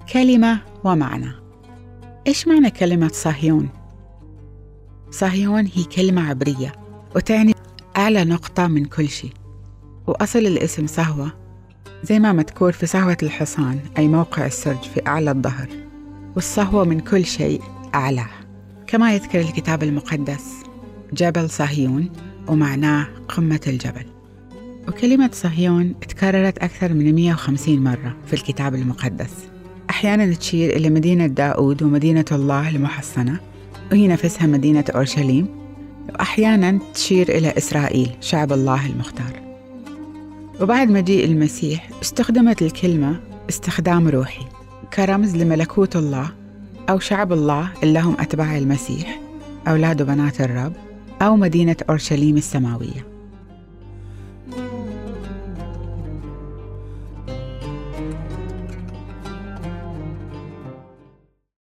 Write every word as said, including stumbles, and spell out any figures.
كلمة ومعنى. إيش معنى كلمة صهيون؟ صهيون هي كلمة عبرية وتعني أعلى نقطة من كل شيء، وأصل الاسم صهوة زي ما مذكور في صهوة الحصان، أي موقع السرج في أعلى الظهر، والصهوة من كل شيء أعلاه. كما يذكر الكتاب المقدس جبل صهيون ومعناه قمة الجبل. وكلمة صهيون تكررت أكثر من مئة وخمسين مرة في الكتاب المقدس، أحياناً تشير إلى مدينة داود ومدينة الله المحصنة وهي نفسها مدينة أورشليم، وأحياناً تشير إلى إسرائيل شعب الله المختار. وبعد مجيء المسيح استخدمت الكلمة استخدام روحي كرمز لملكوت الله أو شعب الله اللي هم أتباع المسيح، أولاد وبنات الرب، أو مدينة أورشليم السماوية.